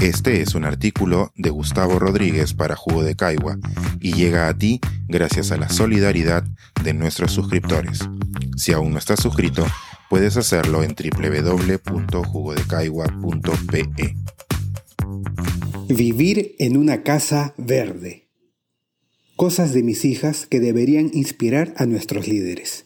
Este es un artículo de Gustavo Rodríguez para Jugo de Caigua y llega a ti gracias a la solidaridad de nuestros suscriptores. Si aún no estás suscrito, puedes hacerlo en www.jugodecaigua.pe. Vivir en una casa verde. Cosas de mis hijas que deberían inspirar a nuestros líderes.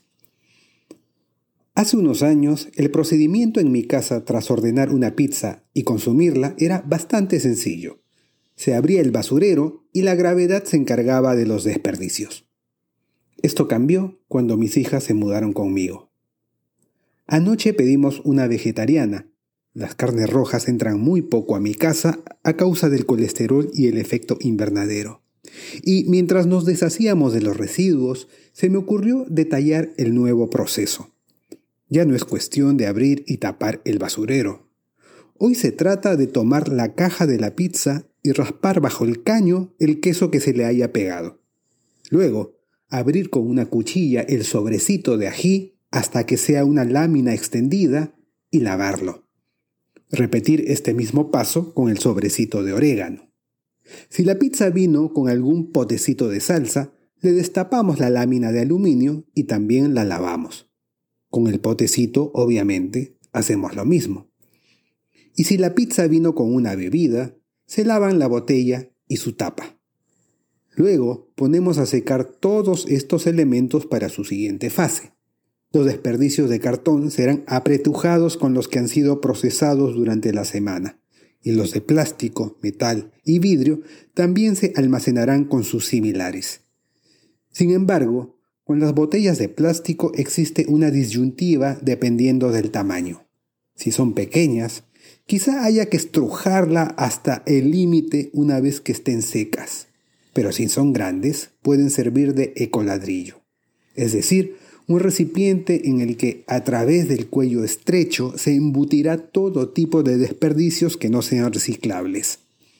Hace unos años, el procedimiento en mi casa tras ordenar una pizza y consumirla era bastante sencillo. Se abría el basurero y la gravedad se encargaba de los desperdicios. Esto cambió cuando mis hijas se mudaron conmigo. Anoche pedimos una vegetariana. Las carnes rojas entran muy poco a mi casa a causa del colesterol y el efecto invernadero. Y mientras nos deshacíamos de los residuos, se me ocurrió detallar el nuevo proceso. Ya no es cuestión de abrir y tapar el basurero. Hoy se trata de tomar la caja de la pizza y raspar bajo el caño el queso que se le haya pegado. Luego, abrir con una cuchilla el sobrecito de ají hasta que sea una lámina extendida y lavarlo. Repetir este mismo paso con el sobrecito de orégano. Si la pizza vino con algún potecito de salsa, le destapamos la lámina de aluminio y también la lavamos. Con el potecito, obviamente, hacemos lo mismo. Y si la pizza vino con una bebida, se lavan la botella y su tapa. Luego, ponemos a secar todos estos elementos para su siguiente fase. Los desperdicios de cartón serán apretujados con los que han sido procesados durante la semana, y los de plástico, metal y vidrio también se almacenarán con sus similares. Sin embargo, con las botellas de plástico existe una disyuntiva dependiendo del tamaño. Si son pequeñas, quizá haya que estrujarla hasta el límite una vez que estén secas. Pero si son grandes, pueden servir de ecoladrillo. Es decir, un recipiente en el que a través del cuello estrecho se embutirá todo tipo de desperdicios que no sean reciclables.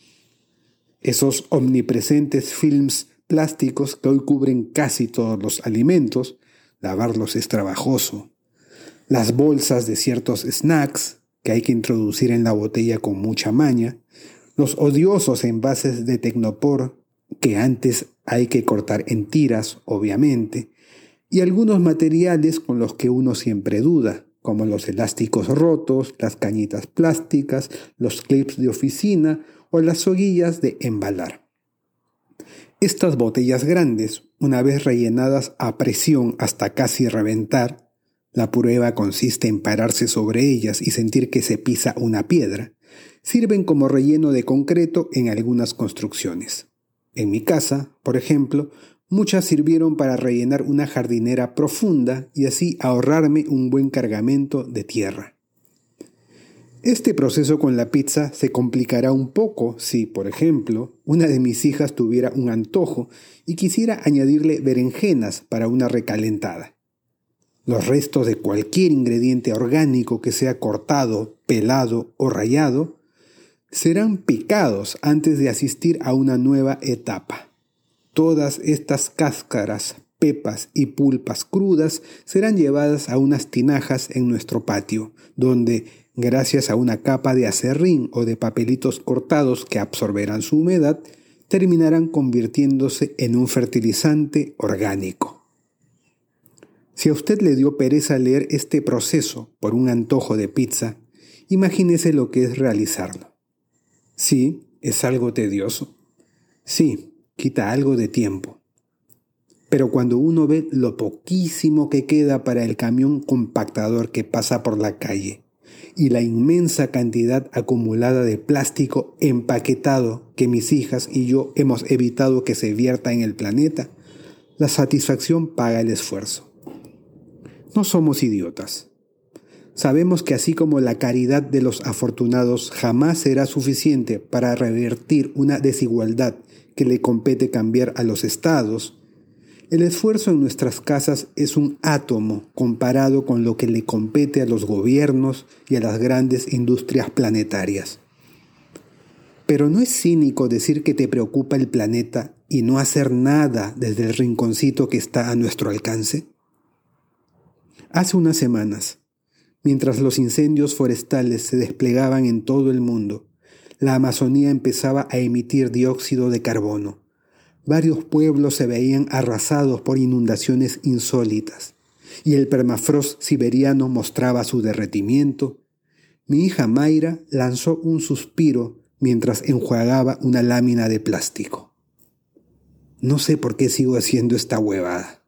Esos omnipresentes films plásticos que hoy cubren casi todos los alimentos, lavarlos es trabajoso. Las bolsas de ciertos snacks que hay que introducir en la botella con mucha maña, los odiosos envases de Tecnopor que antes hay que cortar en tiras, obviamente, y algunos materiales con los que uno siempre duda, como los elásticos rotos, las cañitas plásticas, los clips de oficina o las soguillas de embalar. Estas botellas grandes, una vez rellenadas a presión hasta casi reventar, la prueba consiste en pararse sobre ellas y sentir que se pisa una piedra, sirven como relleno de concreto en algunas construcciones. En mi casa, por ejemplo, muchas sirvieron para rellenar una jardinera profunda y así ahorrarme un buen cargamento de tierra. Este proceso con la pizza se complicará un poco si, por ejemplo, una de mis hijas tuviera un antojo y quisiera añadirle berenjenas para una recalentada. Los restos de cualquier ingrediente orgánico que sea cortado, pelado o rallado serán picados antes de asistir a una nueva etapa. Todas estas cáscaras, pepas y pulpas crudas serán llevadas a unas tinajas en nuestro patio, donde, gracias a una capa de acerrín o de papelitos cortados que absorberán su humedad, terminarán convirtiéndose en un fertilizante orgánico. Si a usted le dio pereza leer este proceso por un antojo de pizza, imagínese lo que es realizarlo. Sí, es algo tedioso. Sí, quita algo de tiempo. Pero cuando uno ve lo poquísimo que queda para el camión compactador que pasa por la calle y la inmensa cantidad acumulada de plástico empaquetado que mis hijas y yo hemos evitado que se vierta en el planeta, la satisfacción paga el esfuerzo. No somos idiotas. Sabemos que así como la caridad de los afortunados jamás será suficiente para revertir una desigualdad que le compete cambiar a los estados, el esfuerzo en nuestras casas es un átomo comparado con lo que le compete a los gobiernos y a las grandes industrias planetarias. Pero ¿no es cínico decir que te preocupa el planeta y no hacer nada desde el rinconcito que está a nuestro alcance? Hace unas semanas, mientras los incendios forestales se desplegaban en todo el mundo, la Amazonía empezaba a emitir dióxido de carbono. Varios pueblos se veían arrasados por inundaciones insólitas, y el permafrost siberiano mostraba su derretimiento. Mi hija Mayra lanzó un suspiro mientras enjuagaba una lámina de plástico. No sé por qué sigo haciendo esta huevada.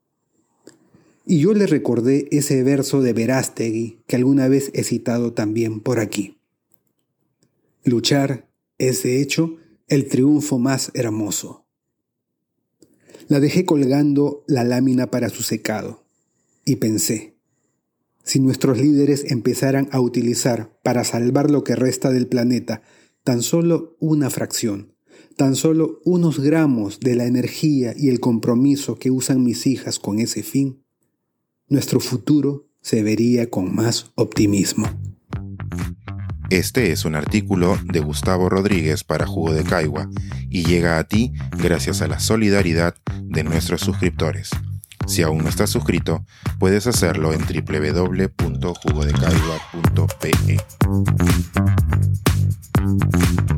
Y yo le recordé ese verso de Verástegui que alguna vez he citado también por aquí. Luchar es, de hecho, el triunfo más hermoso. La dejé colgando la lámina para su secado y pensé, si nuestros líderes empezaran a utilizar para salvar lo que resta del planeta tan solo una fracción, tan solo unos gramos de la energía y el compromiso que usan mis hijas con ese fin, nuestro futuro se vería con más optimismo. Este es un artículo de Gustavo Rodríguez para Jugo de Caigua y llega a ti gracias a la solidaridad de nuestros suscriptores. Si aún no estás suscrito, puedes hacerlo en www.jugodecaigua.pe.